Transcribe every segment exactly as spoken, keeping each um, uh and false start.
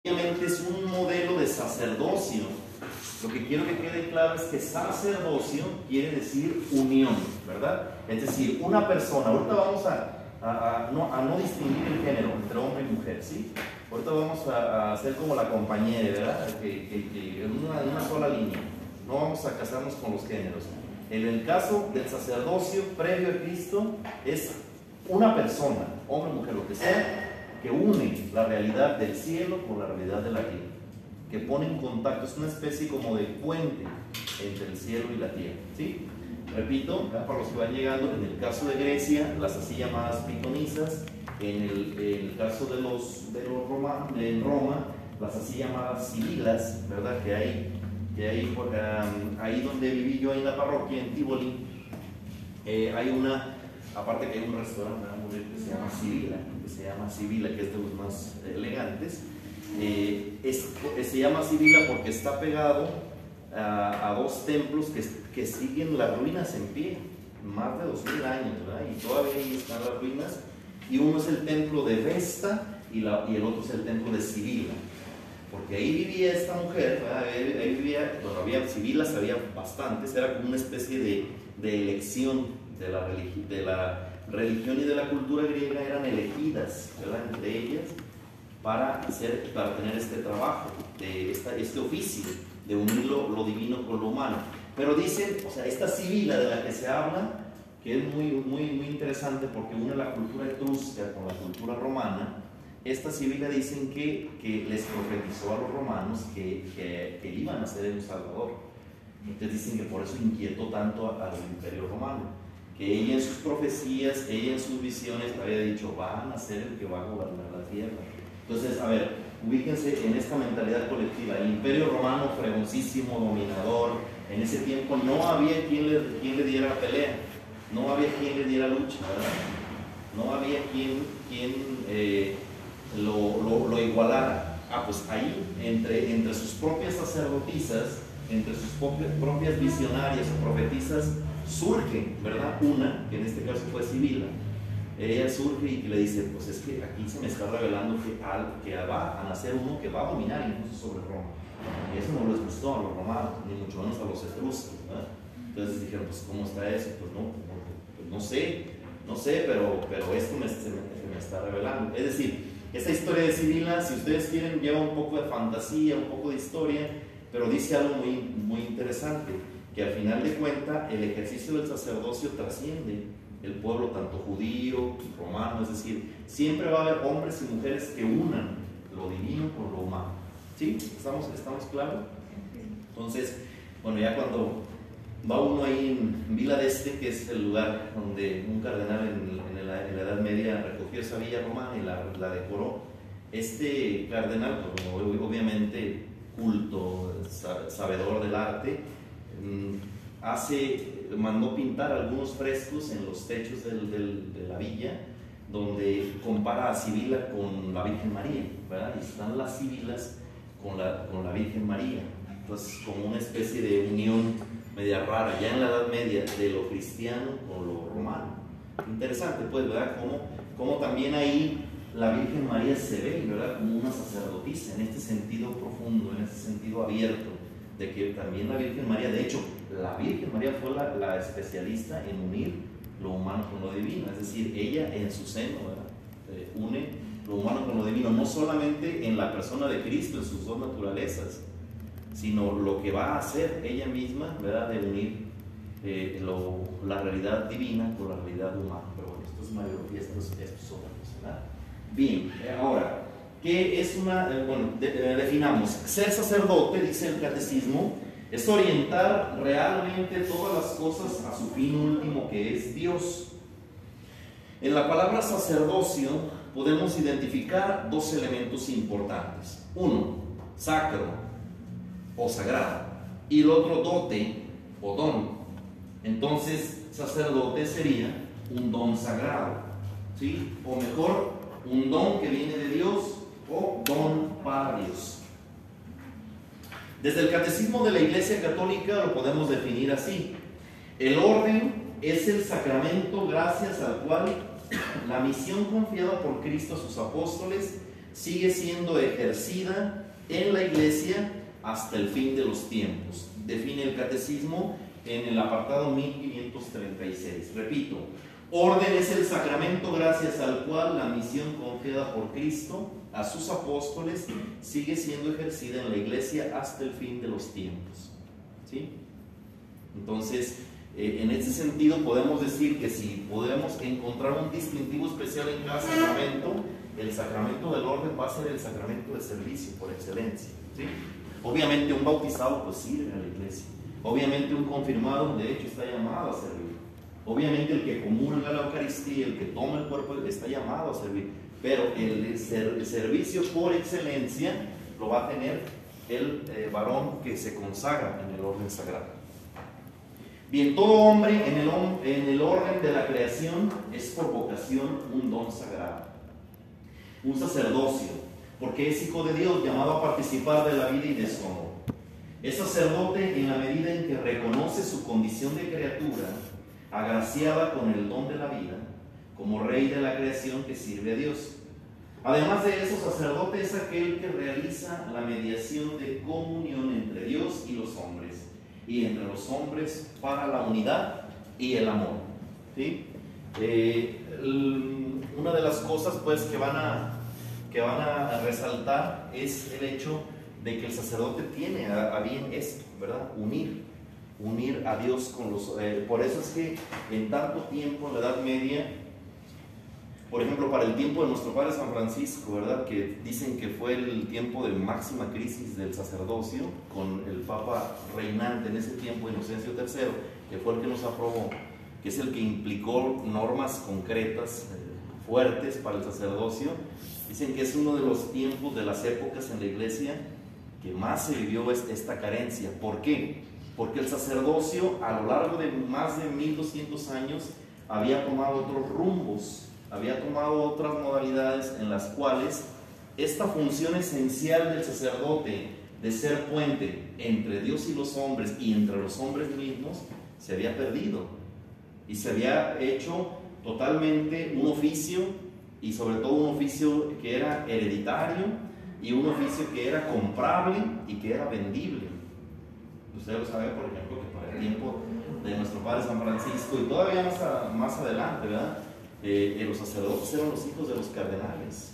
Obviamente es un modelo de sacerdocio. Lo que quiero que quede claro es que sacerdocio quiere decir unión, ¿verdad? Es decir, una persona, ahorita vamos a, a, a, no, a no distinguir el género entre hombre y mujer, ¿sí? Ahorita vamos a, a hacer como la compañera, ¿verdad? Que, que, que en, una, en una sola línea, no vamos a casarnos con los géneros. En el caso del sacerdocio previo a Cristo es una persona, hombre o mujer, lo que sea, que une la realidad del cielo con la realidad de la tierra, que pone en contacto, es una especie como de puente entre el cielo y la tierra, ¿sí? Repito, ¿verdad? Para los que van llegando, en el caso de Grecia, las así llamadas pitonizas, en el, en el caso de los, de los Roma, en Roma, las así llamadas sibilas, ¿verdad? Que hay, que hay um, ahí donde viví yo en la parroquia, en Tivoli, eh, hay una, aparte que hay un restaurante que se llama Sibila, que se llama Sibila, que es de los más elegantes. Eh, es, se llama Sibila porque está pegado a, a dos templos que, que siguen las ruinas en pie, más de dos mil años, ¿verdad? Y todavía ahí están las ruinas, y uno es el templo de Vesta y, la, y el otro es el templo de Sibila, porque ahí vivía esta mujer, ¿verdad? Ahí, ahí vivía, bueno, había Sibilas, había bastantes, era como una especie de, de elección de la, religi de la religión y de la cultura griega, eran elegidas, ¿verdad? Entre ellas, para, hacer, para tener este trabajo, de esta, este oficio de unir lo, lo divino con lo humano. Pero dicen, o sea, esta Sibila de la que se habla, que es muy, muy, muy interesante porque une la cultura etrusca con la cultura romana, esta Sibila dicen que, que les profetizó a los romanos que, que, que iban a ser un salvador. Entonces dicen que por eso inquietó tanto al imperio romano, que ella en sus profecías, ella en sus visiones había dicho, van a ser el que va a gobernar la tierra. Entonces, a ver, ubíquense en esta mentalidad colectiva. El imperio romano, fregoncísimo, dominador, en ese tiempo no había quien le, quien le diera pelea, no había quien le diera lucha, ¿verdad? No había quien, quien eh, lo, lo, lo igualara. Ah, pues ahí, entre, entre sus propias sacerdotisas, entre sus propias, propias visionarias o profetisas, surge, ¿verdad? Una, que en este caso fue Sibila. Ella surge y le dice, pues es que aquí se me está revelando que, al, que va a nacer uno que va a dominar incluso sobre Roma. Y eso no les gustó a los romanos, ni mucho menos a los etruscos, ¿verdad? Entonces dijeron, pues ¿cómo está eso? Pues no, pues no sé, no sé, pero, pero esto me, se, me, se me está revelando. Es decir, esta historia de Sibila, si ustedes quieren, lleva un poco de fantasía, un poco de historia, pero dice algo muy, muy interesante, que al final de cuentas el ejercicio del sacerdocio trasciende el pueblo tanto judío, romano, es decir, siempre va a haber hombres y mujeres que unan lo divino con lo humano. ¿Sí? ¿Estamos, estamos claros? Entonces, bueno, ya cuando va uno ahí en Vila d'Este, que es el lugar donde un cardenal en, en, la, en la Edad Media recogió esa villa romana y la, la decoró, este cardenal, como obviamente culto, sabedor del arte, hace, mandó pintar algunos frescos en los techos del, del, de la villa, donde compara a Sibila con la Virgen María, ¿verdad? Y están las Sibilas con la, con la Virgen María. Entonces, como una especie de unión media rara, ya en la Edad Media, de lo cristiano con lo romano. Interesante, pues, ¿verdad? Como, como también ahí la Virgen María se ve, ¿verdad? Como una sacerdotisa, en este sentido profundo, en este sentido abierto, de que también la Virgen María, de hecho, la Virgen María fue la, la especialista en unir lo humano con lo divino, es decir, ella en su seno, ¿verdad? Eh, une lo humano con lo divino, no solamente en la persona de Cristo, en sus dos naturalezas, sino lo que va a hacer ella misma, ¿verdad? De unir eh, lo, la realidad divina con la realidad humana. Pero bueno, esto es mayor y esto es, esto es otra cosa, ¿verdad? Bien, ahora, ¿qué es una? Eh, bueno, de, eh, definamos. Ser sacerdote, dice el catecismo, es orientar realmente todas las cosas a su fin último, que es Dios. En la palabra sacerdocio podemos identificar dos elementos importantes. Uno, sacro o sagrado, y el otro, dote o don. Entonces, sacerdote sería un don sagrado, ¿sí? O mejor, un don que viene de Dios o don para Dios. Desde el Catecismo de la Iglesia Católica lo podemos definir así: el orden es el sacramento gracias al cual la misión confiada por Cristo a sus apóstoles sigue siendo ejercida en la iglesia hasta el fin de los tiempos. Define el catecismo en el apartado mil quinientos treinta y seis. Repito, orden es el sacramento gracias al cual la misión confiada por Cristo a sus apóstoles sigue siendo ejercida en la iglesia hasta el fin de los tiempos. ¿Sí? Entonces, eh, en este sentido podemos decir que si podemos encontrar un distintivo especial en cada sacramento, el sacramento del orden va a ser el sacramento de servicio por excelencia. ¿Sí? Obviamente un bautizado pues sirve a la iglesia. Obviamente un confirmado de hecho está llamado a servir. Obviamente el que comulga la Eucaristía, el que toma el cuerpo está llamado a servir. Pero el, ser, el servicio por excelencia lo va a tener el eh, varón que se consagra en el orden sagrado. Bien, todo hombre en el, en el orden de la creación es por vocación un don sagrado, un sacerdocio, porque es hijo de Dios, llamado a participar de la vida y de su amor. Es sacerdote en la medida en que reconoce su condición de criatura, agraciada con el don de la vida, como rey de la creación que sirve a Dios. Además de eso, sacerdote es aquel que realiza la mediación de comunión entre Dios y los hombres, y entre los hombres para la unidad y el amor. ¿Sí? Eh, el, una de las cosas pues que van a, que van a resaltar es el hecho de que el sacerdote tiene a, a bien esto, ¿verdad? Unir, unir a Dios con los... Eh, por eso es que en tanto tiempo, en la Edad Media, por ejemplo, para el tiempo de nuestro Padre San Francisco, ¿verdad? Que dicen que fue el tiempo de máxima crisis del sacerdocio, con el Papa reinante en ese tiempo, Inocencio tercero, que fue el que nos aprobó, que es el que implicó normas concretas, eh, fuertes para el sacerdocio. Dicen que es uno de los tiempos, de las épocas en la iglesia que más se vivió esta carencia. ¿Por qué? Porque el sacerdocio a lo largo de más de mil doscientos años había tomado otros rumbos, había tomado otras modalidades en las cuales esta función esencial del sacerdote de ser puente entre Dios y los hombres y entre los hombres mismos se había perdido y se había hecho totalmente un oficio, y sobre todo un oficio que era hereditario y un oficio que era comprable y que era vendible. Usted lo sabe, por ejemplo, que para el tiempo de nuestro Padre San Francisco y todavía más, a, más adelante, ¿verdad? Eh, los sacerdotes eran los hijos de los cardenales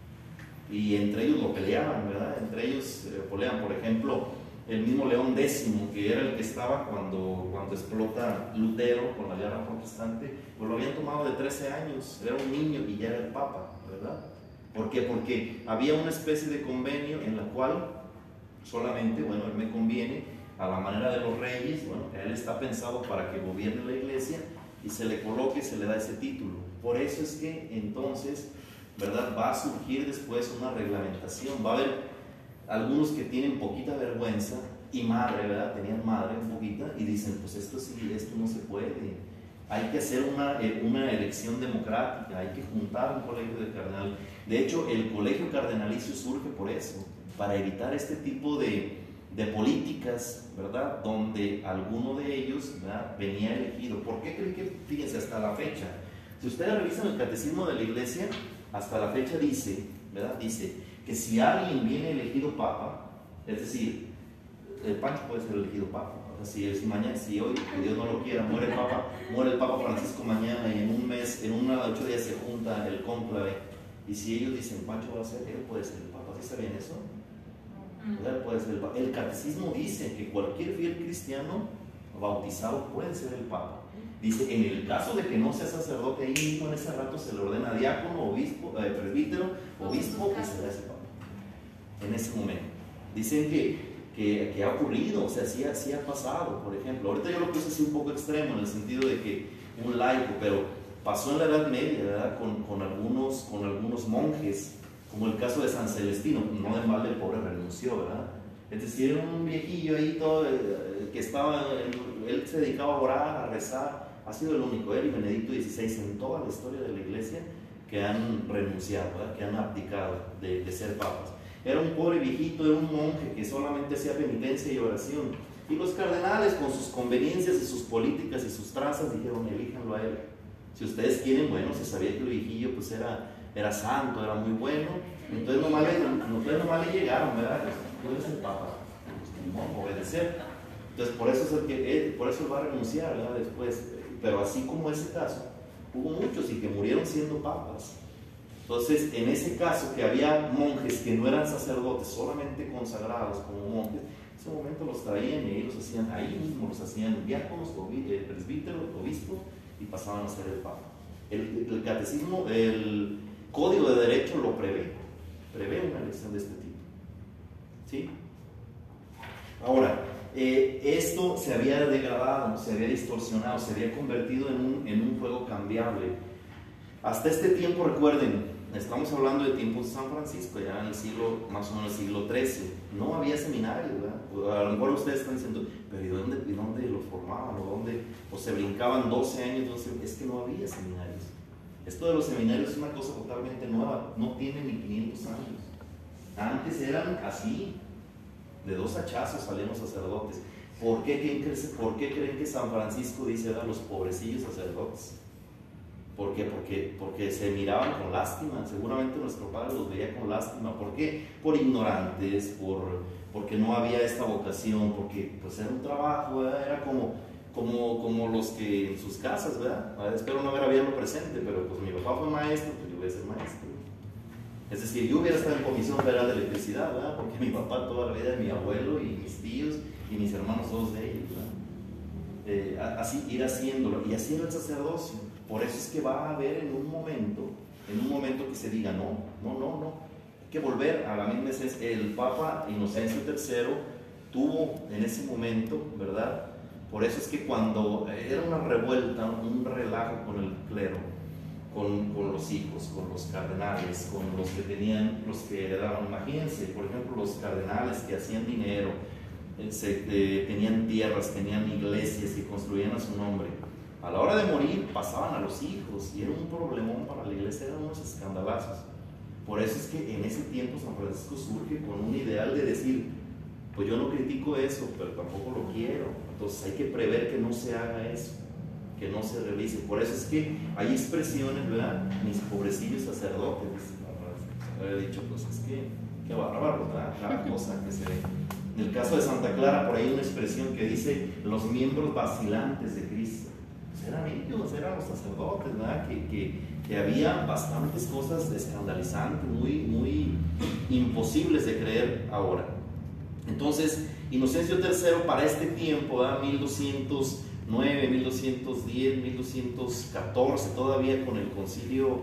y entre ellos lo peleaban, ¿verdad? Entre ellos eh, pelean, por ejemplo, el mismo León décimo, que era el que estaba cuando, cuando explota Lutero con la guerra protestante, pues lo habían tomado de trece años, era un niño y ya era el Papa, ¿verdad? ¿Por qué? Porque había una especie de convenio en la cual solamente, bueno, él me conviene a la manera de los reyes, bueno, él está pensado para que gobierne la iglesia y se le coloque y se le da ese título. Por eso es que entonces, ¿verdad?, va a surgir después una reglamentación. Va a haber algunos que tienen poquita vergüenza y madre, ¿verdad?, tenían madre un poquita y dicen, pues esto sí, esto no se puede. Hay que hacer una, una elección democrática, hay que juntar un colegio de cardenal. De hecho, el colegio cardenalicio surge por eso, para evitar este tipo de, de políticas, ¿verdad?, donde alguno de ellos, ¿verdad?, venía elegido. ¿Por qué creen que, fíjense, hasta la fecha, si ustedes revisan el catecismo de la iglesia, hasta la fecha dice, ¿verdad?, dice que si alguien viene elegido papa, es decir, el Pancho puede ser elegido papa. O sea, si, es mañana, si hoy, que Dios no lo quiera, muere el Papa, muere el Papa Francisco mañana y en un mes, en una ocho días se junta el cónclave, y si ellos dicen Pancho va a ser, él puede ser el Papa. ¿Sí sabían eso? O sea, él puede ser el Papa. El catecismo dice que cualquier fiel cristiano bautizado puede ser el Papa. Dice, en el caso de que no sea sacerdote, ahí mismo en ese rato se le ordena diácono, obispo, eh, presbítero, obispo, y se le hace Papa. En ese momento. Dicen que Que, que ha ocurrido, o sea, sí, sí ha pasado. Por ejemplo, ahorita yo lo puse así un poco extremo en el sentido de que un laico, pero pasó en la Edad Media, ¿verdad?, con, con, algunos, con algunos monjes, como el caso de San Celestino. No de mal, el pobre renunció, ¿verdad? Es decir, era un viejillo ahí todo, eh, que estaba, él se dedicaba a orar, a rezar. Ha sido el único, él y Benedicto dieciséis en toda la historia de la iglesia que han renunciado, ¿verdad?, que han abdicado de, de ser papas. Era un pobre viejito, era un monje que solamente hacía penitencia y oración. Y los cardenales, con sus conveniencias y sus políticas y sus trazas, dijeron, elíjanlo a él. Si ustedes quieren, bueno, se sabía que el viejillo pues era, era santo, era muy bueno. Entonces nomás le, entonces nomás le llegaron, ¿verdad? Tú eres el Papa, no, obedecer. Entonces por eso, es el que, él, por eso él va a renunciar, ¿verdad? Después. Pero así como ese caso, hubo muchos y que murieron siendo papas. Entonces, en ese caso, que había monjes que no eran sacerdotes, solamente consagrados como monjes, en ese momento los traían y ellos hacían, ahí mismo los hacían diáconos, presbíteros, obispos, y pasaban a ser el papa. El, el catecismo, el código de derecho lo prevé, prevé una elección de este tipo. ¿Sí? Ahora, eh, esto se había degradado, se había distorsionado, se había convertido en un, en un juego cambiable. Hasta este tiempo, recuerden, estamos hablando de tiempos de San Francisco, ya en el siglo, más o menos el siglo trece, no había seminarios, ¿verdad? A lo mejor ustedes están diciendo, pero ¿y dónde, y dónde los formaban? ¿O, dónde, o se brincaban doce años? doce, es que no había seminarios. Esto de los seminarios es una cosa totalmente nueva, no tiene ni quinientos años. Antes eran así, de dos hachazos salían los sacerdotes. ¿Por qué, creen, ¿Por qué creen que San Francisco dice a los pobrecillos sacerdotes? ¿Por qué? Porque, porque se miraban con lástima, seguramente nuestro padre los veía con lástima. ¿Por qué? Por ignorantes, por, porque no había esta vocación, porque pues era un trabajo, ¿verdad? Era como, como, como los que en sus casas, ¿verdad? Espero no haber habido presente, pero pues mi papá fue maestro, pues yo voy a ser maestro. Es decir, yo hubiera estado en Comisión Federal de Electricidad, ¿verdad? Porque mi papá toda la vida, mi abuelo y mis tíos y mis hermanos, todos de ellos, ¿verdad? Eh, así ir haciéndolo, y así era el sacerdocio. Por eso es que va a haber en un momento, en un momento que se diga, no, no, no, no, hay que volver a la misma esencia. El Papa Inocencio tercero tuvo en ese momento, ¿verdad? Por eso es que cuando era una revuelta, un relajo con el clero, con, con los hijos, con los cardenales, con los que tenían, los que heredaban, imagínense, por ejemplo, los cardenales que hacían dinero, eh, se, eh, tenían tierras, tenían iglesias que construían a su nombre. A la hora de morir pasaban a los hijos y era un problemón para la iglesia, eran unos escandalazos. Por eso es que en ese tiempo San Francisco surge con un ideal de decir, pues yo no critico eso, pero tampoco lo quiero. Entonces hay que prever que no se haga eso, que no se realice. Por eso es que hay expresiones, ¿verdad? Mis pobrecillos sacerdotes, he dicho, pues es que, qué bárbaro, ¿verdad? Cada cosa que se ve. En el caso de Santa Clara, por ahí hay una expresión que dice, los miembros vacilantes de Cristo. Eran ellos, eran los sacerdotes, ¿verdad? Que, que, que había bastantes cosas escandalizantes, muy, muy imposibles de creer ahora. Entonces, Inocencio tercero para este tiempo, ¿verdad? mil doscientos nueve, mil doscientos diez, mil doscientos catorce, todavía con el concilio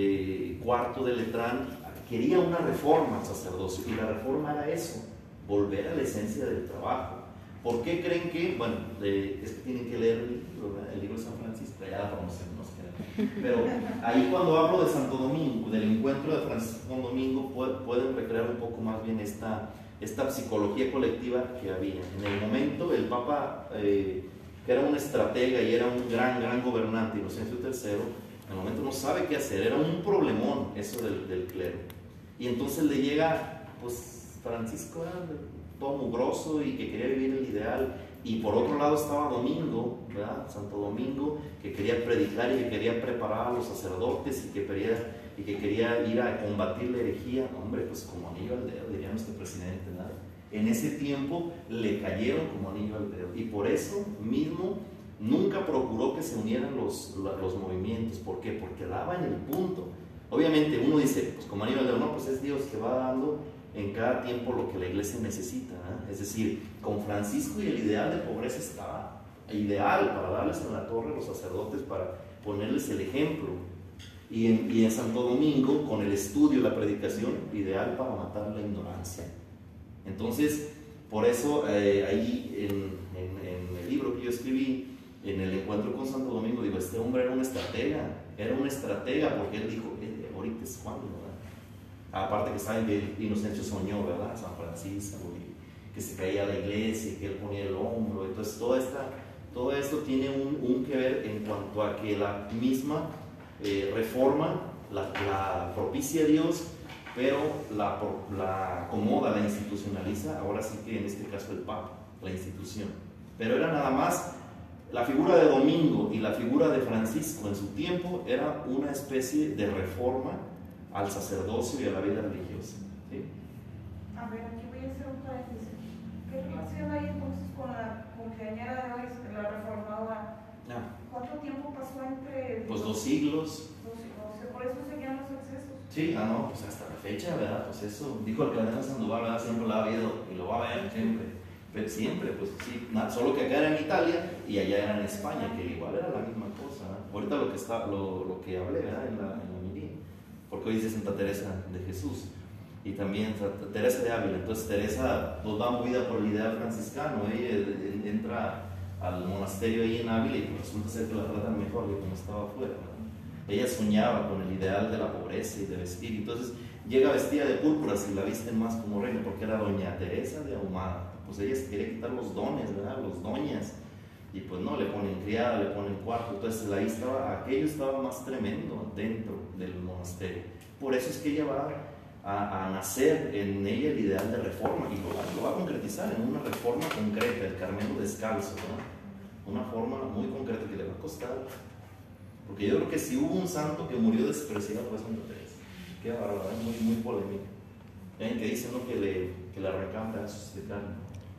eh, cuarto de Letrán, quería una reforma al sacerdocio, y la reforma era eso, volver a la esencia del trabajo. ¿Por qué creen que? Bueno, eh, es que tienen que leer el libro, ¿verdad? El libro de San Francisco, ya la promoción nos queda. Pero ahí cuando hablo de Santo Domingo, del encuentro de Francisco con Domingo, pueden recrear un poco más bien esta, esta psicología colectiva que había. En el momento, el Papa, eh, que era un estratega y era un gran, gran gobernante, Inocencio tercero, en el momento no sabe qué hacer, era un problemón eso del, del clero. Y entonces le llega, pues, Francisco, ¿verdad? Todo mugroso y que quería vivir el ideal, y por otro lado estaba Domingo, ¿verdad? Santo Domingo, que quería predicar y que quería preparar a los sacerdotes y que quería, y que quería ir a combatir la herejía. Hombre, pues como anillo al dedo, diría nuestro presidente, ¿verdad? En ese tiempo le cayeron como anillo al dedo, y por eso mismo nunca procuró que se unieran los, los movimientos. ¿Por qué? Porque daba en el punto. Obviamente uno dice, pues como anillo al dedo, no, pues es Dios que va dando en cada tiempo lo que la iglesia necesita, ¿eh? Es decir, con Francisco y el ideal de pobreza estaba ideal para darles en la torre a los sacerdotes, para ponerles el ejemplo, y en, y en Santo Domingo con el estudio y la predicación, ideal para matar la ignorancia. Entonces, por eso eh, ahí en, en, en el libro que yo escribí, en el encuentro con Santo Domingo, digo, este hombre era un estratega, era un estratega porque él dijo, eh, ahorita es cuando, ¿verdad? Aparte que saben que Inocencio soñó, ¿verdad? San Francisco, y que se caía la iglesia, y que él ponía el hombro. Entonces toda esta, todo esto tiene un, un que ver en cuanto a que la misma eh, reforma la, la propicia Dios, pero la, la acomoda, la institucionaliza, ahora sí que en este caso el Papa, la institución. Pero era nada más, la figura de Domingo y la figura de Francisco en su tiempo era una especie de reforma al sacerdocio y a la vida religiosa. ¿Sí? A ver, aquí voy a hacer un paréntesis. ¿Qué relación hay entonces con la cumpleañera de hoy, la reformadora? Ah. ¿Cuánto tiempo pasó entre...? Pues dos siglos. Dos siglos, por eso seguían los excesos. Sí, ah, no, pues hasta la fecha, ¿verdad? Pues eso, dijo el cardenal Sandoval, ¿verdad? Siempre lo ha habido y lo va a ver siempre. Pero siempre, pues sí, nada, solo que acá era en Italia y allá era en España, que igual era la misma cosa, ¿verdad? Ahorita lo que, está, lo, lo que hablé, ¿verdad? En la, en la homilía, porque hoy dice Santa Teresa de Jesús y también Santa Teresa de Ávila. Entonces Teresa pues, va movida por el ideal franciscano, ella entra al monasterio ahí en Ávila y resulta ser que la tratan mejor que como estaba afuera, ¿verdad? Ella soñaba con el ideal de la pobreza y de vestir, entonces llega vestida de púrpura, si la visten más como reina, porque era doña Teresa de Ahumada. Pues ella se quería quitar los dones, ¿verdad? Los doñas, y pues no, le ponen criada, le ponen cuarto, entonces ahí estaba, aquello estaba más tremendo dentro del monasterio. Por eso es que ella va a, a nacer en ella el ideal de reforma, y lo va, lo va a concretizar en una reforma concreta, el Carmelo descalzo, ¿verdad? Una forma muy concreta que le va a costar. Porque yo creo que si hubo un santo que murió despreciado fue Santa Teresa. Qué bárbaro, muy, muy polémico. ¿Ven? Que dicen ¿no? que, le, que le arrancaban pedazos de carne.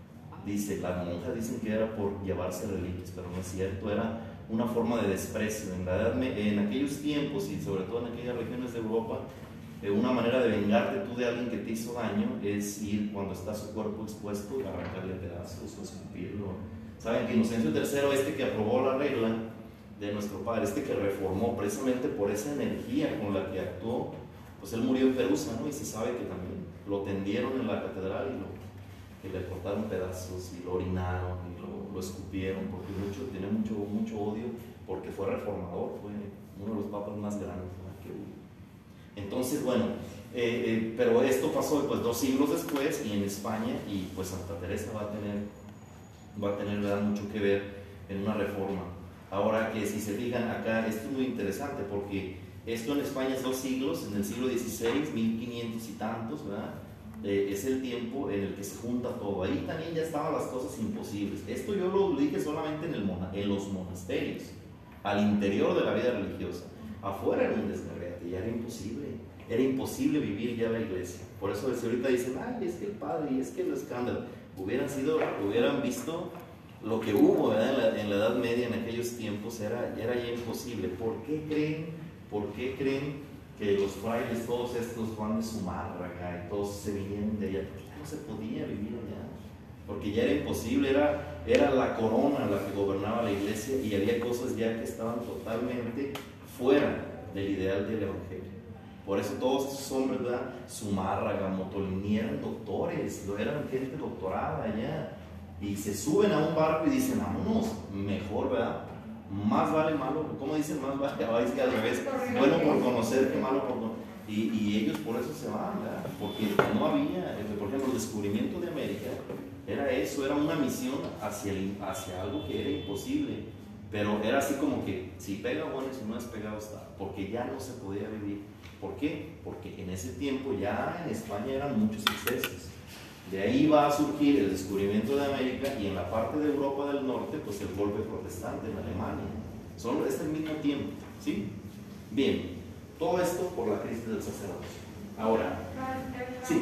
Dice, las monjas dicen que era por llevarse reliquias, pero no es cierto, era una forma de desprecio. En, la edad, en aquellos tiempos y sobre todo en aquellas regiones de Europa, eh, una manera de vengarte tú de alguien que te hizo daño es ir cuando está su cuerpo expuesto y arrancarle pedazos o escupirlo. Saben que Inocencio tercero, este que aprobó la regla de nuestro padre, este que reformó precisamente por esa energía con la que actuó, pues él murió en Perusa, ¿no? Y se sabe que también lo tendieron en la catedral y lo, que le cortaron pedazos y lo orinaron y lo, lo escupieron, porque mucho, tenía mucho, mucho odio, porque fue reformador, fue uno de los papas más grandes, ¿no? que hubo. Entonces, bueno, eh, eh, pero esto pasó pues dos siglos después y en España, y pues Santa Teresa va a tener, va a tener ¿verdad? mucho que ver en una reforma. Ahora que si se fijan acá, esto es muy interesante porque esto en España es dos siglos, en el siglo dieciséis, mil quinientos y tantos, ¿verdad? Eh, es el tiempo en el que se junta todo. Ahí también ya estaban las cosas imposibles. Esto yo lo dije solamente en, el mona, en los monasterios, al interior de la vida religiosa. Afuera era un desgarrete, ya era imposible. Era imposible vivir ya la iglesia. Por eso si ahorita dicen, ay, es que el padre, y es que el escándalo, hubieran sido, hubieran visto lo que hubo ¿verdad? En, la, en la Edad Media en aquellos tiempos, era, era ya imposible. ¿Por qué creen, por qué creen que los frailes, todos estos, Juan de Zumárraga y todos se vinieron de allá? Porque ya no se podía vivir allá, porque ya era imposible, era, era la corona la que gobernaba la iglesia y había cosas ya que estaban totalmente fuera del ideal del evangelio. Por eso todos estos hombres, ¿verdad? Zumárraga, Motolini, eran doctores, eran gente doctorada allá. Y se suben a un barco y dicen, vámonos, mejor, ¿verdad? Más vale malo, ¿cómo dicen? Más vale, ah, es que al revés, bueno por conocer que malo por no. Y, y ellos por eso se van, ¿verdad? Porque no había, por ejemplo, el descubrimiento de América era eso, era una misión hacia, el, hacia algo que era imposible, pero era así como que si pega bueno y si no es pegado está, porque ya no se podía vivir. ¿Por qué? Porque en ese tiempo ya en España eran muchos excesos. De ahí va a surgir el descubrimiento de América y en la parte de Europa del Norte, pues el golpe protestante en Alemania. Son, es el mismo tiempo, ¿sí? Bien, todo esto por la crisis del sacerdocio. Ahora, sí.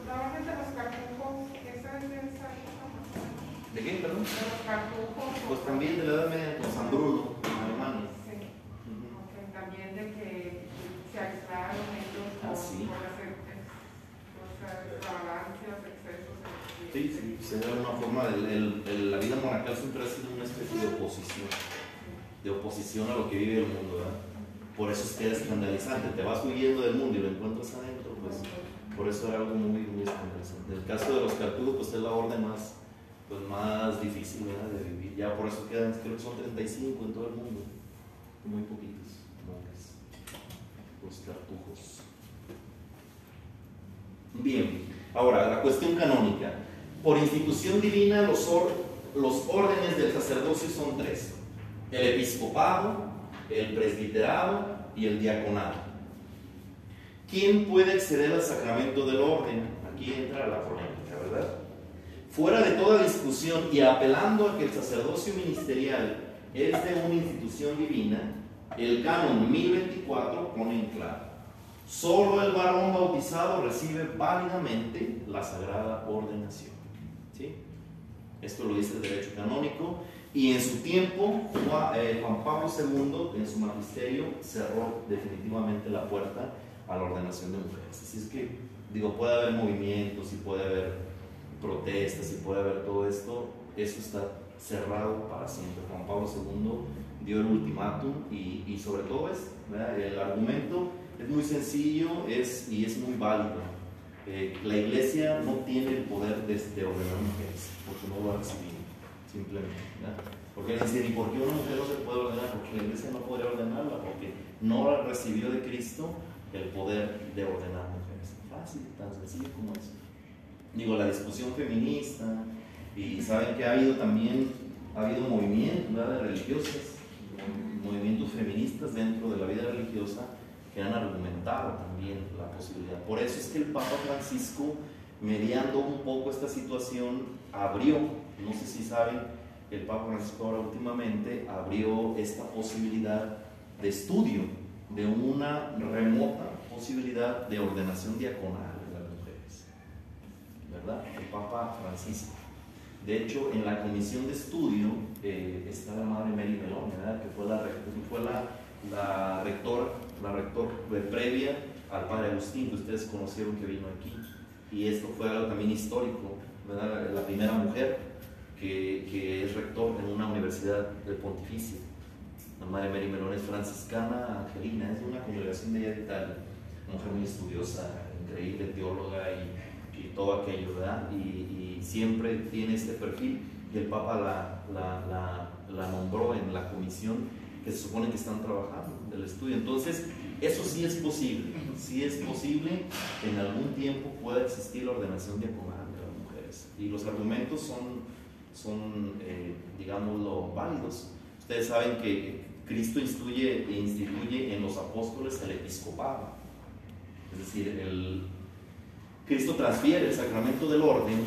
¿De qué, perdón? Pues también de la Edad Media con San Bruno, en Alemania. Sí. Uh-huh. También de que se aislaron ellos ah, sí. por hacer extravagancias, excesos. Sí, sí, pues era una forma, de, el, el, la vida monacal siempre ha sido una especie de oposición, de oposición a lo que vive el mundo, ¿verdad? Por eso es que era escandalizante, te vas huyendo del mundo y lo encuentras adentro, pues por eso era algo muy, muy escandalizante. En el caso de los cartujos, pues es la orden más, pues, más difícil, ¿verdad? De vivir, ya por eso quedan, creo que son treinta y cinco en todo el mundo, muy poquitos monjes, los cartujos. Bien, ahora la cuestión canónica. Por institución divina, los, or, los órdenes del sacerdocio son tres: el episcopado, el presbiterado y el diaconado. ¿Quién puede acceder al sacramento del orden? Aquí entra la polémica, ¿verdad? Fuera de toda discusión y apelando a que el sacerdocio ministerial es de una institución divina, el canon mil veinticuatro pone en claro: Solo el varón bautizado recibe válidamente la sagrada ordenación. ¿Sí? Esto lo dice el derecho canónico. Y en su tiempo, Juan, eh, Juan Pablo segundo, en su magisterio, cerró definitivamente la puerta a la ordenación de mujeres. Así es que, digo, puede haber movimientos y puede haber protestas y puede haber todo esto, eso está cerrado para siempre. Juan Pablo segundo dio el ultimátum y, y sobre todo es, ¿verdad? El argumento es muy sencillo es, y es muy válido. Eh, la iglesia no tiene el poder de, de ordenar mujeres porque no lo ha recibido. Simplemente, ¿verdad? Porque él dice, ¿y por qué una mujer no se puede ordenar? Porque la iglesia no podría ordenarla, porque no recibió de Cristo el poder de ordenar mujeres. Fácil, tan sencillo como eso. Digo, la discusión feminista, y saben que ha habido también, ha habido movimientos, ¿verdad?, de religiosas, movimientos feministas dentro de la vida religiosa que han argumentado también la posibilidad. Por eso es que el Papa Francisco, mediando un poco esta situación, abrió, no sé si saben, el Papa Francisco ahora últimamente abrió esta posibilidad de estudio de una remota posibilidad de ordenación diaconal de las mujeres, ¿verdad? El Papa Francisco. De hecho, en la comisión de estudio eh, está la madre Mary Meloni, ¿verdad?, que fue la, fue la, la rectora, la rector previa al padre Agustín, que ustedes conocieron, que vino aquí. Y esto fue algo también histórico, ¿verdad? La primera mujer que, que es rector en una universidad de pontificia. La madre Mary Meloni es franciscana angelina, es de una congregación de allá de Italia, una mujer muy estudiosa, increíble, teóloga y, y todo aquello, ¿verdad? Y, y siempre tiene este perfil, y el Papa la, la, la, la nombró en la comisión que se supone que están trabajando del estudio. Entonces, eso sí es posible, sí es posible que en algún tiempo pueda existir la ordenación diaconal de las mujeres. Y los argumentos son, son eh, digámoslo, válidos. Ustedes saben que Cristo instituye, instituye en los apóstoles el episcopado. Es decir, el, Cristo transfiere el sacramento del orden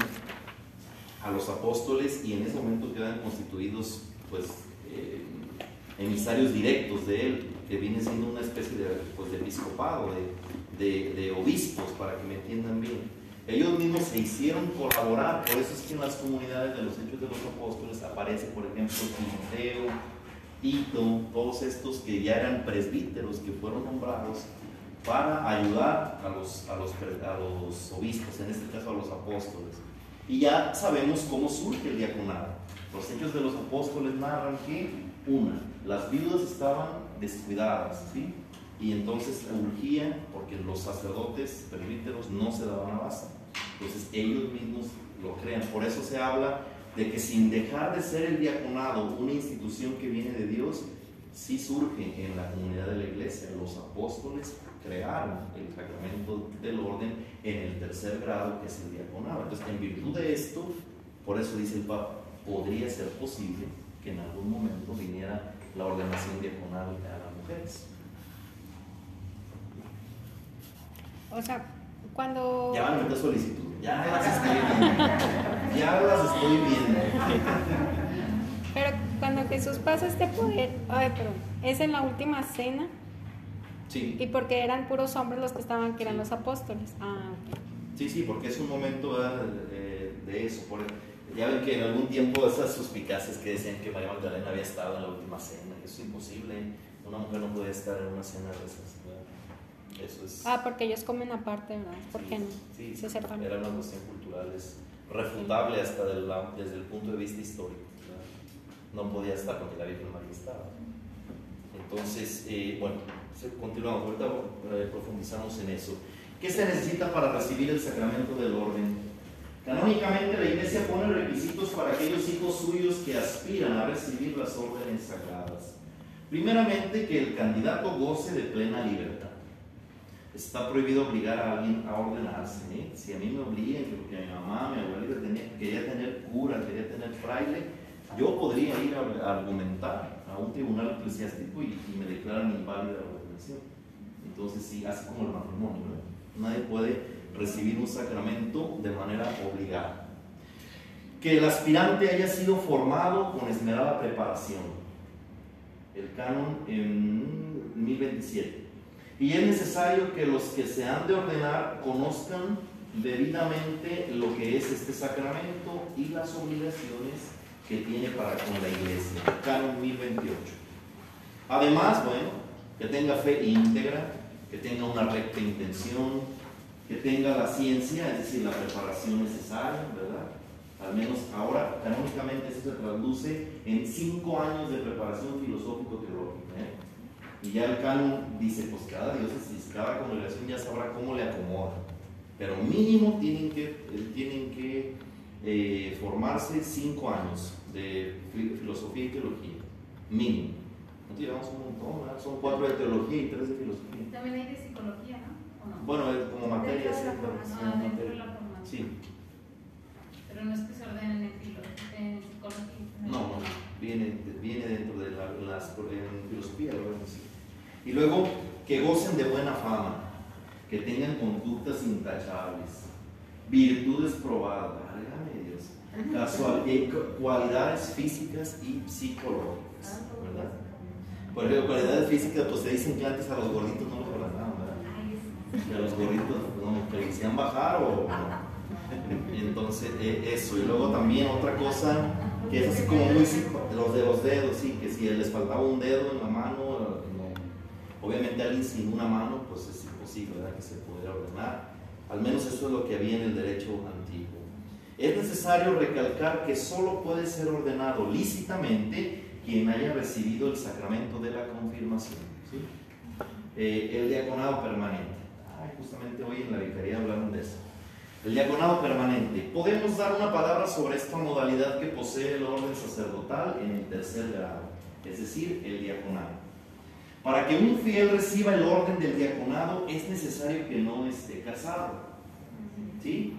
a los apóstoles y en ese momento quedan constituidos, pues, eh, emisarios directos de él, que viene siendo una especie de, pues, de episcopado, de, de, de obispos, para que me entiendan bien. Ellos mismos se hicieron colaborar, por eso es que en las comunidades de los Hechos de los Apóstoles aparece, por ejemplo, Timoteo, Tito, todos estos que ya eran presbíteros, que fueron nombrados para ayudar a los, a los, a los obispos, en este caso a los apóstoles. Y ya sabemos cómo surge el diaconado. Los Hechos de los Apóstoles narran que, una, las viudas estaban descuidadas, ¿sí? Y entonces urgía, porque los sacerdotes presbíteros no se daban abasto. Entonces ellos mismos lo crean. Por eso se habla de que sin dejar de ser el diaconado una institución que viene de Dios, sí surge en la comunidad de la iglesia. Los apóstoles crearon el sacramento del orden en el tercer grado, que es el diaconado. Entonces, en virtud de esto, por eso dice el Papa, podría ser posible que en algún momento viniera la ordenación diaconal a las mujeres. O sea, cuando... Ya van a meter solicitud, ya las estoy viendo, ya las estoy viendo. Pero cuando Jesús pasa este poder, ay, perdón, es en la última cena. Sí. Y porque eran puros hombres los que estaban, que eran sí. los apóstoles. Ah, ok. Sí, sí, porque es un momento de, de eso. Por, ya ven que en algún tiempo esas suspicacias que decían que María Magdalena había estado en la última cena, eso es imposible. Una mujer no puede estar en una cena de esas, ¿verdad? Eso es... Ah, porque ellos comen aparte, ¿verdad? ¿Por qué no? Sí, se separan. Era una cuestión cultural, es refutable hasta del, desde el punto de vista histórico, ¿verdad? No podía estar porque la Virgen María estaba. Entonces, eh, bueno, continuamos, ahorita eh, profundizamos en eso. ¿Qué se necesita para recibir el sacramento del orden? Canónicamente la Iglesia pone requisitos para aquellos hijos suyos que aspiran a recibir las órdenes sagradas. Primeramente, que el candidato goce de plena libertad. Está prohibido obligar a alguien a ordenarse, ¿eh? Si a mí me obligan, que porque mi mamá, mi abuelita tenía, quería tener cura, quería tener fraile, yo podría ir a, a argumentar a un tribunal eclesiástico y, y me declaran inválida la ordenación. Entonces, sí, así como el matrimonio, ¿verdad? Nadie puede recibir un sacramento de manera obligada. Que el aspirante haya sido formado con esmerada preparación. El canon en mil veintisiete. Y es necesario que los que se han de ordenar conozcan debidamente lo que es este sacramento y las obligaciones que tiene para con la iglesia. Canon mil veintiocho. Además, bueno, que tenga fe íntegra, que tenga una recta intención, que tenga la ciencia, es decir, la preparación necesaria, ¿verdad? Al menos ahora, canónicamente, eso se traduce en cinco años de preparación filosófico-teológica, ¿eh? Y ya el canon dice, pues cada diócesis, cada congregación ya sabrá cómo le acomoda. Pero mínimo tienen que, tienen que eh, formarse cinco años de filosofía y teología. Mínimo. No tiramos un montón, ¿verdad? Son cuatro de teología y tres de filosofía. También hay de psicología, ¿no? ¿O no? Bueno, es como materia. Dentro de la sí, formación. Ah, materia. dentro de la formación. Sí. Pero no es que se ordenen en, filo, en psicología. No, no, viene, viene dentro de la, las, en filosofía, lo vemos así. Y luego, que gocen de buena fama, que tengan conductas intachables, virtudes probadas, válgame Dios, casual, eh, cualidades físicas y psicológicas, ¿verdad? Por ejemplo, cualidades físicas, pues se dicen que antes a los gorditos no los relataban, ¿verdad? Que a los gorditos no, que le quisieran bajar o no. Entonces, eh, eso. Y luego también otra cosa que es así como muy los de los dedos, sí, que si les faltaba un dedo en la mano, no. Obviamente alguien sin una mano, pues es imposible, ¿verdad?, que se pudiera ordenar. Al menos eso es lo que había en el derecho antiguo. Es necesario recalcar que solo puede ser ordenado lícitamente quien haya recibido el sacramento de la confirmación, ¿sí? Eh, el diaconado permanente. Ay, justamente hoy en la vicaría hablaron de eso. El diaconado permanente. Podemos dar una palabra sobre esta modalidad que posee el orden sacerdotal en el tercer grado, es decir, el diaconado. Para que un fiel reciba el orden del diaconado es necesario que no esté casado, ¿sí?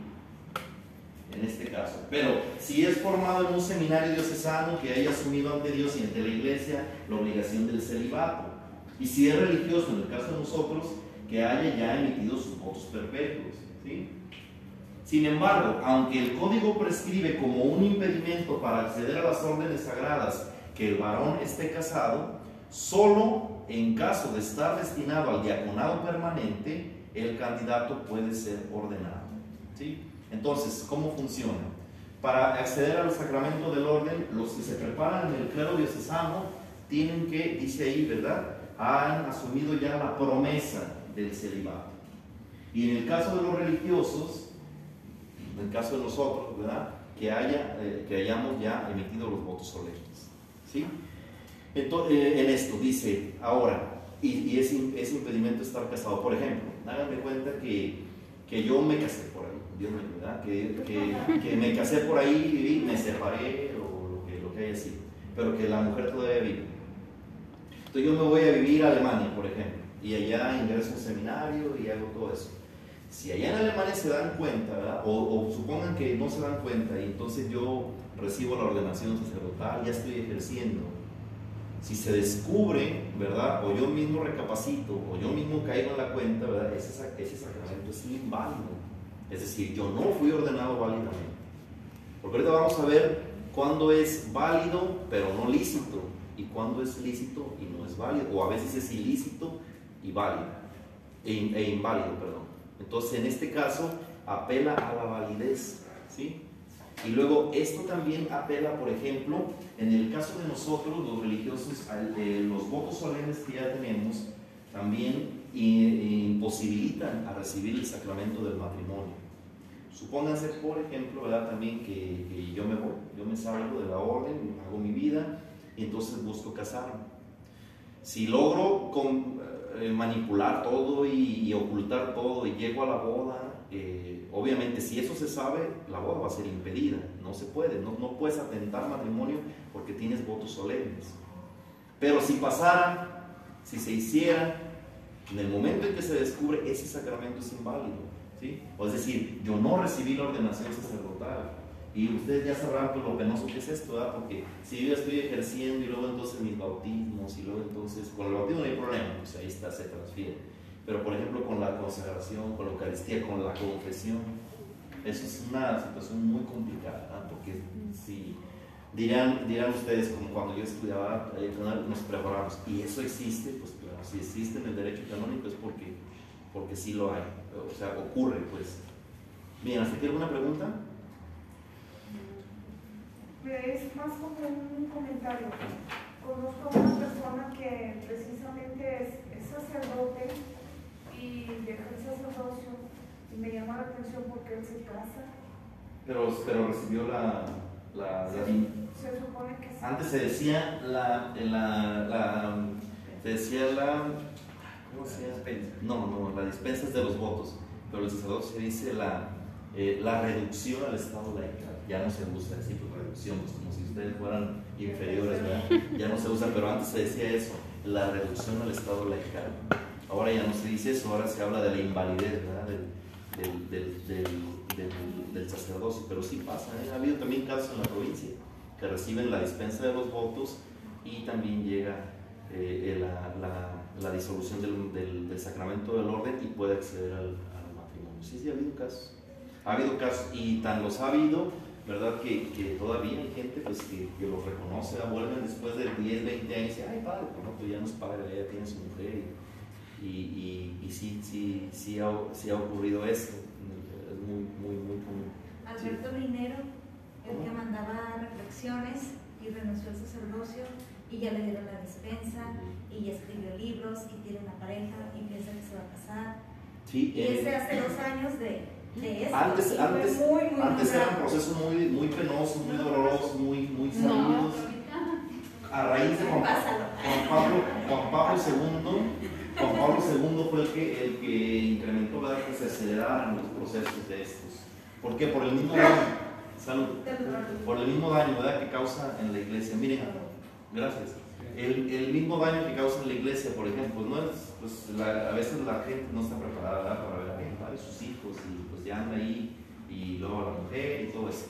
En este caso. Pero si es formado en un seminario diocesano que haya asumido ante Dios y ante la iglesia la obligación del celibato, y si es religioso, en el caso de nosotros, que haya ya emitido sus votos perpetuos, ¿sí? Sin embargo, aunque el código prescribe como un impedimento para acceder a las órdenes sagradas que el varón esté casado, solo en caso de estar destinado al diaconado permanente, el candidato puede ser ordenado, ¿sí? Entonces, ¿cómo funciona? Para acceder al sacramento del orden, los que se preparan en el clero diocesano tienen que, dice ahí, ¿verdad?, han asumido ya la promesa del celibato. Y en el caso de los religiosos, en el caso de nosotros, ¿verdad?, que, haya, eh, que hayamos ya emitido los votos solemnes, ¿sí? Entonces, eh, en esto dice, ahora, y, y es, es impedimento estar casado. Por ejemplo, háganme cuenta que, que yo me casé por ahí, Dios mío, ¿verdad? Que, que, que me casé por ahí, me separé o lo que, lo que haya sido, pero que la mujer todavía vive. Entonces yo me voy a vivir a Alemania, por ejemplo, y allá ingreso a un seminario y hago todo eso. Si allá en Alemania se dan cuenta, ¿verdad?, o, o supongan que no se dan cuenta, y entonces yo recibo la ordenación sacerdotal, ya estoy ejerciendo. Si se descubre, ¿verdad?, o yo mismo recapacito, o yo mismo caigo en la cuenta, ¿verdad?, ese, ese sacramento es inválido. Es decir, yo no fui ordenado válidamente. Porque ahorita vamos a ver cuándo es válido, pero no lícito, y cuándo es lícito y no es válido, o a veces es ilícito y válido, e, e inválido, perdón. Entonces, en este caso, apela a la validez, ¿sí? Y luego, esto también apela, por ejemplo, en el caso de nosotros, los religiosos, eh, los votos solemnes que ya tenemos, también imposibilitan a recibir el sacramento del matrimonio. Supónganse, por ejemplo, ¿verdad?, también que, que yo me voy, yo me salgo de la orden, hago mi vida, y entonces busco casarme. Si logro con, eh, manipular todo y, y ocultar todo y llego a la boda, eh, obviamente si eso se sabe, la boda va a ser impedida, no se puede, no, no puedes atentar matrimonio porque tienes votos solemnes. Pero si pasara, si se hiciera, en el momento en que se descubre, ese sacramento es inválido, ¿sí? O es decir, yo no recibí la ordenación sacerdotal. Y ustedes ya sabrán pues, lo penoso que es esto, ¿verdad? Porque si yo ya estoy ejerciendo y luego entonces mis bautismos y luego entonces, con el bautismo no hay problema, pues ahí está, se transfiere. Pero por ejemplo con la consagración, con la Eucaristía, con la confesión, eso es una situación muy complicada, ¿verdad? Porque si dirán, dirán ustedes, como cuando yo estudiaba, eh, nos preparamos, y eso existe, pues claro si existe en el derecho canónico es porque, porque sí lo hay, o sea, ocurre pues. Bien, ¿hasta aquí alguna pregunta? Es más como un comentario. Conozco a una persona que precisamente es, es sacerdote y deja el sacerdocio y me llama la atención porque él se casa. Pero, pero recibió la... la, la Se, se supone que sí. Antes se decía la, la, la, se decía la, ¿cómo se llama? No, no, la dispensa es de los votos, pero el sacerdote se dice la, eh, la reducción al estado laical. Ya no se usa decir pues, reducción, pues, como si ustedes fueran inferiores, ¿verdad? Ya no se usa, pero antes se decía eso, la reducción al estado laical. Ahora ya no se dice eso, ahora se habla de la invalidez, ¿verdad? Del, del, del, del, del, del sacerdocio, pero sí pasa, ¿eh? Ha habido también casos en la provincia que reciben la dispensa de los votos y también llega eh, la, la, la disolución del, del, del sacramento del orden y puede acceder al, al matrimonio. Sí, sí, ha habido casos. Ha habido casos y tan los ha habido, ¿verdad? Que, que todavía hay gente pues, que, que los reconoce, ¿verdad? Vuelven después de diez, veinte años y dicen, ay padre, pues no, pues ya no es padre, ya tiene su mujer. Y, y, y, y sí, sí, sí, ha, sí ha ocurrido esto. Es muy, muy, muy común. Alberto Sí. Linero, el que mandaba reflexiones y renunció al sacerdocio y ya le dieron la dispensa y ya escribió libros y tiene una pareja y piensa que se va a casar. Sí, Y eh, ese hace dos años de, de eso. Antes, y fue antes, muy, muy antes eran nombrado. procesos muy, muy penosos, muy dolorosos, muy, muy No. sabidos. A raíz de Juan, Pásalo. Juan Pablo, Juan Pablo segundo, Juan Pablo segundo fue el que, el que incrementó, ¿verdad? Que se aceleraran los procesos de estos. ¿Por qué? Por el mismo daño, salud, por el mismo daño, ¿verdad? Que causa en la iglesia. Miren, gracias. El, el mismo daño que causa en la iglesia, por ejemplo, no es, pues, la, a veces la gente no está preparada, ¿verdad? Para ver a bien, para sus hijos y pues ya anda ahí y luego a la mujer y todo eso.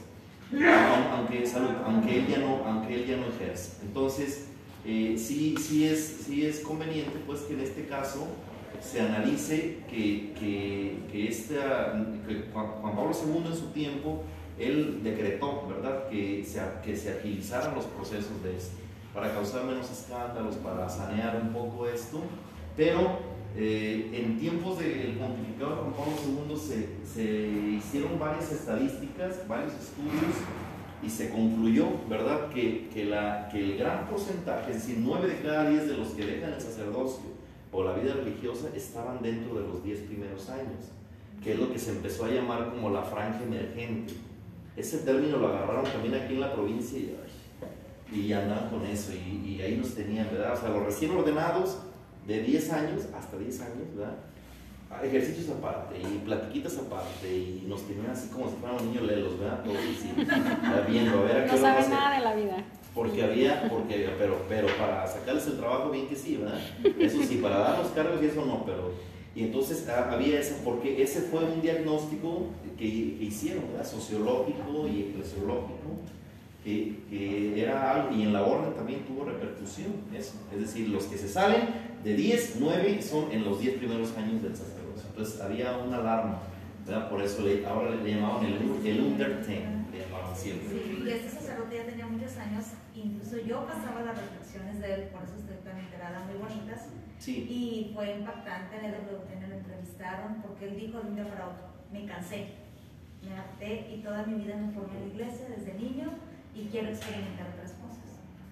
Aunque, salud, aunque, él ya no, aunque él ya no ejerce. Entonces, eh, sí, sí, es, sí es conveniente pues, que en este caso se analice que, que, que, esta, que Juan, Juan Pablo segundo en su tiempo, él decretó, ¿verdad?, que se, que se agilizaran los procesos de esto, para causar menos escándalos, para sanear un poco esto, pero eh, en tiempos del pontificado Juan Pablo segundo se, se hicieron varias estadísticas, varios estudios, y se concluyó, ¿verdad?, que, que, la, que el gran porcentaje, es decir, nueve de cada diez de los que dejan el sacerdocio o la vida religiosa estaban dentro de los diez primeros años, que es lo que se empezó a llamar como la franja emergente. Ese término lo agarraron también aquí en la provincia y, ay, y andaban con eso, y, y ahí nos tenían, ¿verdad? O sea, los recién ordenados de diez años hasta diez años, ¿verdad? Ejercicios aparte y platiquitas aparte, y nos tenían así como si fueran niños lelos, ¿verdad? Todos así, viendo, a ver a qué No hora saben va a nada ser. de la vida. Porque había, porque había, pero, pero para sacarles el trabajo bien que sí, ¿verdad? Eso sí, para dar los cargos y eso no, pero... Y entonces ah, había ese, porque ese fue un diagnóstico que, que hicieron, ¿verdad? Sociológico y eclesiológico, que, que era algo, y en la orden también tuvo repercusión, eso. Es decir, los que se salen de diez, nueve son en los diez primeros años del sacerdocio. Entonces había una alarma, ¿verdad? Por eso le, ahora le llamaban el, el Unterten, le llamaban siempre. Sí, y este sacerdote ya tenía muchos años, incluso yo pasaba las reflexiones de él, por eso estoy tan enterada, muy bonitas. Sí. Y fue impactante en el W T N, lo entrevistaron, porque él dijo de un día para otro, me cansé, me harté y toda mi vida me formé en la iglesia desde niño y quiero experimentar otras cosas.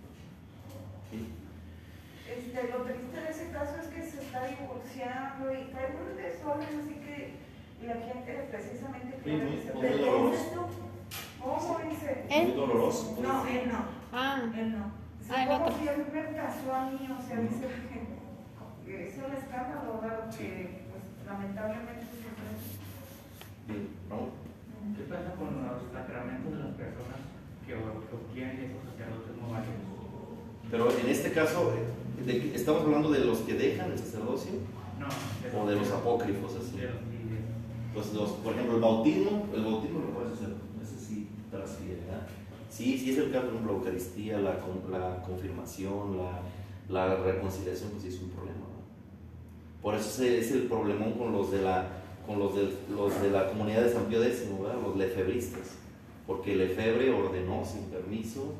Sí. Este, lo triste de ese caso es que se está divorciando y hay muchos desórdenes, así que la gente precisamente Sí, muy- que se muy ¿Pero qué doloroso. dices tú? ¿Cómo dice? ¿Eh? Muy doloroso. No, él no, Ah, él no. Sí, Ah, el como otro. si él me casó a mí, o sea, dice que es un escándalo, ¿verdad? Que pues lamentablemente siempre... Bien, ¿no? ¿Qué pasa con los sacramentos de las personas que, que obtienen esos sacerdotes no válidos? Pero en este caso, ¿de, ¿estamos hablando de los que dejan el sacerdocio No. o de los apócrifos así? De los líderes. Pues los, por ejemplo, el bautismo, el bautismo lo puedes hacer, ese sí transfiere, ¿verdad? Sí, sí es el caso, por ejemplo, la Eucaristía, la, con- la confirmación, la, la reconciliación, pues sí es un problema, ¿no? Por eso ese es el problemón con los de la, con los de, los de la comunidad de San Pío X, ¿verdad? Los lefebristas, porque Lefebvre ordenó sin permiso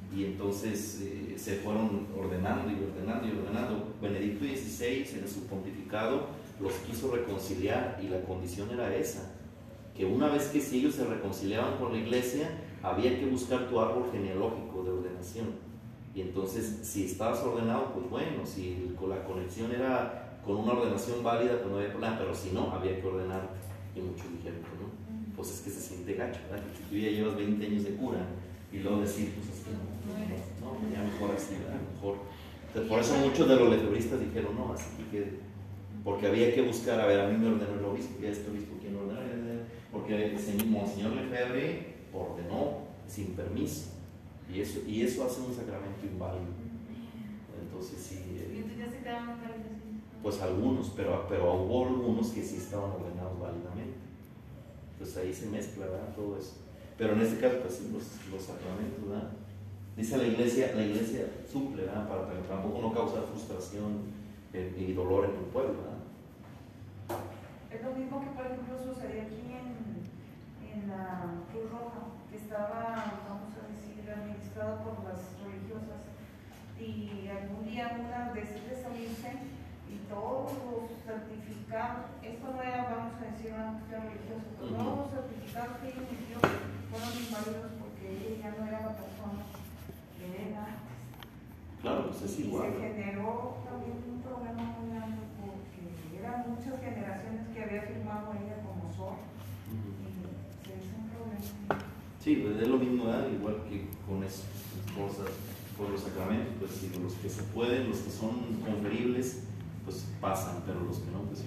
y entonces eh, se fueron ordenando y ordenando y ordenando. Benedicto dieciséis en su pontificado los quiso reconciliar y la condición era esa, que una vez que si ellos se reconciliaban con la iglesia, había que buscar tu árbol genealógico de ordenación. Y entonces, si estabas ordenado, pues bueno, si la conexión era con una ordenación válida, pues no había problema, pero si no, había que ordenarte. Y muchos dijeron que no, pues es que se siente gacho, ¿verdad? Que tú ya llevas veinte años de cura y luego decir, pues es que no, no, no ya mejor así, ¿verdad? Mejor. Entonces, por eso muchos de los lefebristas dijeron, no, así que quede. Porque había que buscar, a ver, a mí me ordenó el obispo, ya este obispo, ¿quién lo ordenó? Porque el señor, Monseñor Lefebvre ordenó sin permiso, y eso, y eso hace un sacramento inválido. Entonces sí, ¿Y entonces ya se quedaron válidos? pues algunos, pero, pero hubo algunos que sí estaban ordenados válidamente. Entonces ahí se mezcla, ¿verdad? Todo eso. Pero en este caso, pues sí, los, los sacramentos, ¿verdad? Dice la iglesia, la iglesia suple, ¿verdad? Para que tampoco no causar frustración eh, y dolor en el pueblo, ¿verdad? Es lo mismo que, por ejemplo, sucedió aquí en, en la Cruz Roja, que estaba, vamos a decir, administrada por las religiosas, y algún día una decide salirse y todos los certificados, esto no era, vamos a decir, una cuestión religiosa, pero Uh-huh. todos los certificados que ella emitió fueron inválidos porque ella ya no era la persona que era antes. Claro, pues es Y igual. se generó también un problema muy grande porque eran muchas generaciones que había firmado ella como Sor Uh-huh. y se hizo un problema. Sí, pues es lo mismo, ¿verdad? Igual que con esas cosas, con los sacramentos, pues sí, los que se pueden, los que son conferibles, pues pasan, pero los que no, pues sí.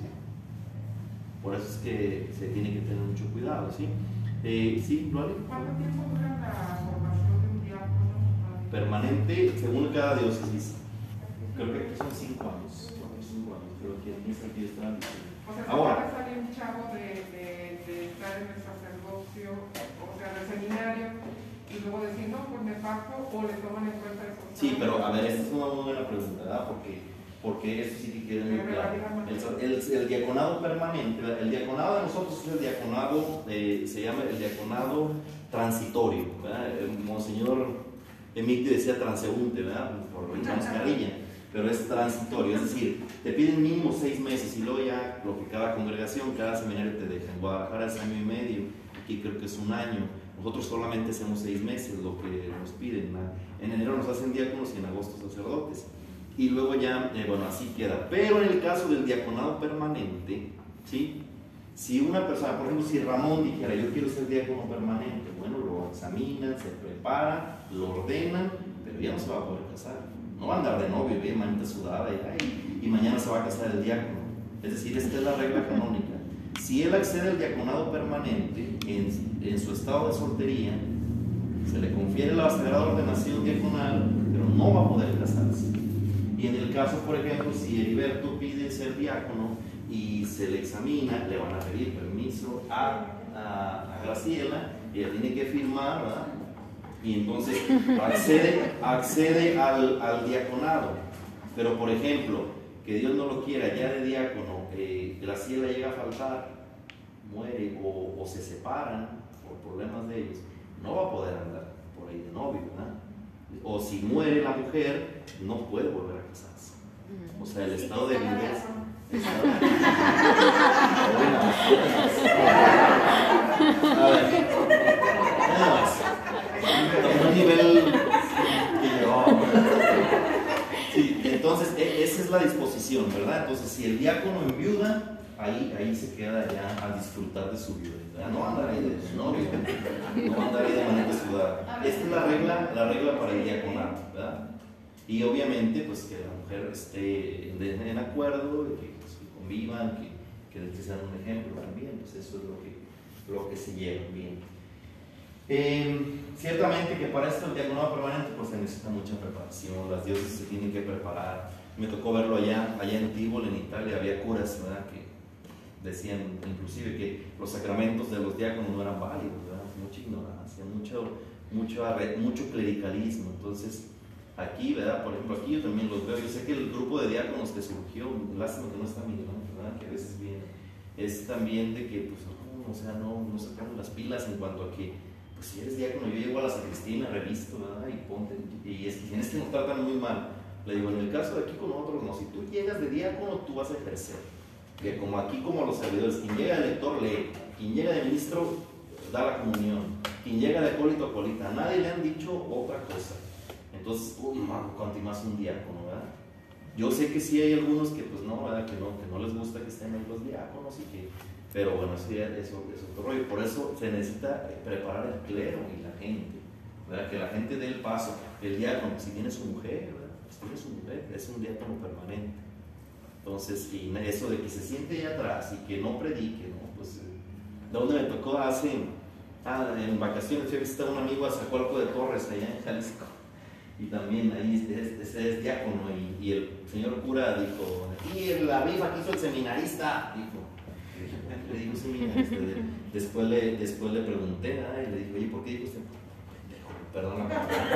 Por eso es que se tiene que tener mucho cuidado, ¿sí? Eh, sí, ¿Loli? ¿Cuánto tiempo dura la formación de un diácono? Permanente, según cada diócesis. Creo que aquí son cinco años. Cinco años, creo que aquí está, aquí está. O sea, Ahora, se sale un chavo de, de, de estar en el sacerdocio, o sea, del seminario, y luego decir, no, pues me paso, o le toman en cuenta eso. sí, pero a ver, esta es una muy buena pregunta, ¿verdad? Porque, porque eso sí que queda muy claro. El, el, el diaconado permanente, el diaconado de nosotros es el diaconado, eh, se llama el diaconado transitorio, ¿verdad? El Monseñor Emilio decía transeúnte, ¿verdad? Por la mascarilla, pero es transitorio, es decir, te piden mínimo seis meses y luego ya lo que cada congregación, cada seminario te deja. En Guadalajara es año y medio, aquí creo que es un año. Nosotros solamente hacemos seis meses, lo que nos piden, ¿verdad? En enero nos hacen diáconos y en agosto sacerdotes. Y luego ya, eh, bueno, así queda. Pero en el caso del diaconado permanente, ¿sí? Si una persona, por ejemplo, si Ramón dijera, yo quiero ser diácono permanente, bueno, lo examinan, se preparan, lo ordenan, pero ya no se va a poder casar. No va a andar de novio, bien manita sudada y, ay, y mañana se va a casar el diácono. Es decir, esta es la regla canónica. Si él accede al diaconado permanente en, en su estado de soltería, se le confiere la sagrada ordenación diaconal, pero no va a poder casarse. Y en el caso, por ejemplo, si Heriberto pide ser diácono y se le examina, le van a pedir permiso a, a, a Graciela, y ella tiene que firmar, ¿verdad? Y entonces accede, accede al, al diaconado. Pero, por ejemplo, que Dios no lo quiera, ya de diácono, eh, Graciela llega a faltar, muere o, o se separan por problemas de ellos, no va a poder andar por ahí de novio, ¿verdad? O si muere la mujer, no puede volver a casarse. O sea, el estado de viudez. A ver, nada más. A un nivel que yo. Sí, entonces e- esa es la disposición, ¿verdad? Entonces, si el diácono enviuda, ahí, ahí se queda ya a disfrutar de su viudez. No andar ahí de novio, no andar ahí de manita sudada. Esta es la regla, la regla para el diaconato, ¿verdad? Y obviamente, pues que la mujer esté en, en acuerdo, que, pues, que convivan, que, que, que sean un ejemplo también, pues eso es lo que, lo que se lleva bien. Eh, ciertamente que para esto el diaconado permanente pues se necesita mucha preparación, las diócesis se tienen que preparar. Me tocó verlo allá, allá en Tivoli, en Italia, había curas, ¿verdad? Que decían inclusive que los sacramentos de los diáconos no eran válidos, ¿verdad? Mucha ignorancia, mucho, mucho, mucho clericalismo. Entonces, aquí, ¿verdad? Por ejemplo, aquí yo también los veo. Yo sé que el grupo de diáconos que surgió, lástima que no está Miguel, ¿verdad? Que a veces viene, es también de que, pues, no, o sea, no, no sacamos las pilas en cuanto a que, pues si eres diácono, yo llego a la sacristía y me revisto, ¿verdad? Y ponte, y es que tienes que nos tratan muy mal. Le digo, en el caso de aquí con nosotros, no, si tú llegas de diácono, tú vas a ejercer. Que como aquí, como los servidores, quien llega de lector, lee. Quien llega de ministro, da la comunión. Quien llega de acólito, acolita. A nadie le han dicho otra cosa. Entonces, uy, cuanto más un diácono, ¿verdad? Yo sé que sí hay algunos que, pues no, ¿verdad? Que no, que no les gusta que estén ahí los diáconos y que... Pero bueno, eso ya es otro rollo. Por eso se necesita preparar el clero y la gente, ¿verdad? Que la gente dé el paso. El diácono, si tiene su mujer, ¿verdad? Pues tiene su mujer, es un diácono permanente. Entonces, y eso de que se siente ahí atrás y que no predique, ¿no? Pues, ¿de dónde me tocó? Hace, ah, en vacaciones fui a visitar a un amigo a Zacualco de Torres, allá en Jalisco. Y también ahí ese es diácono. Y, y el señor cura dijo, y la rifa que hizo el seminarista, dijo. Le digo seminarista. Después le, después le pregunté, ¿eh? Y le dije, oye, ¿por qué dijo usted? Perdón,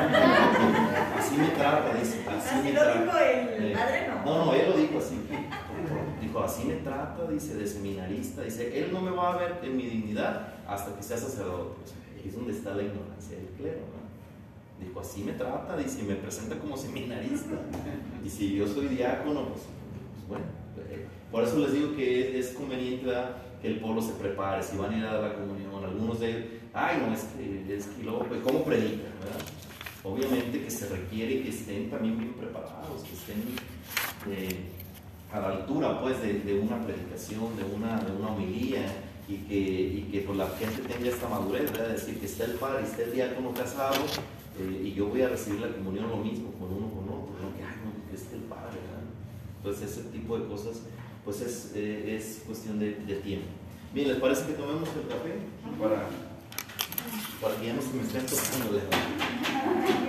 así me trata, dice. Así, así me lo trata. dijo el eh, padre, ¿no? No, no, él lo dijo así. Dijo, así me trata, dice, de seminarista. Dice, él no me va a ver en mi dignidad hasta que sea sacerdote. O sea, ahí es donde está la ignorancia del clero, ¿no? Dijo, así me trata, dice, y me presenta como seminarista. Y si yo soy diácono, pues, pues bueno. Eh, por eso les digo que es, es conveniente, ¿verdad?, que el pueblo se prepare, si van a ir a dar la comunión. Algunos de ellos, ay, no, es que, es que luego, pues, ¿cómo predican, verdad? Obviamente que se requiere que estén también bien preparados, que estén eh, a la altura, pues, de, de una predicación, de una, de una homilía, y que, y que pues, la gente tenga esta madurez, ¿verdad? Es decir, que esté el padre, esté el diácono casado, eh, y yo voy a recibir la comunión lo mismo con uno con otro, no que, ay, no, que esté el padre, ¿verdad? Entonces, ese tipo de cosas, pues, es, eh, es cuestión de, de tiempo. Bien, ¿les parece que tomemos el café? Para, para que ya no se me estén tocando la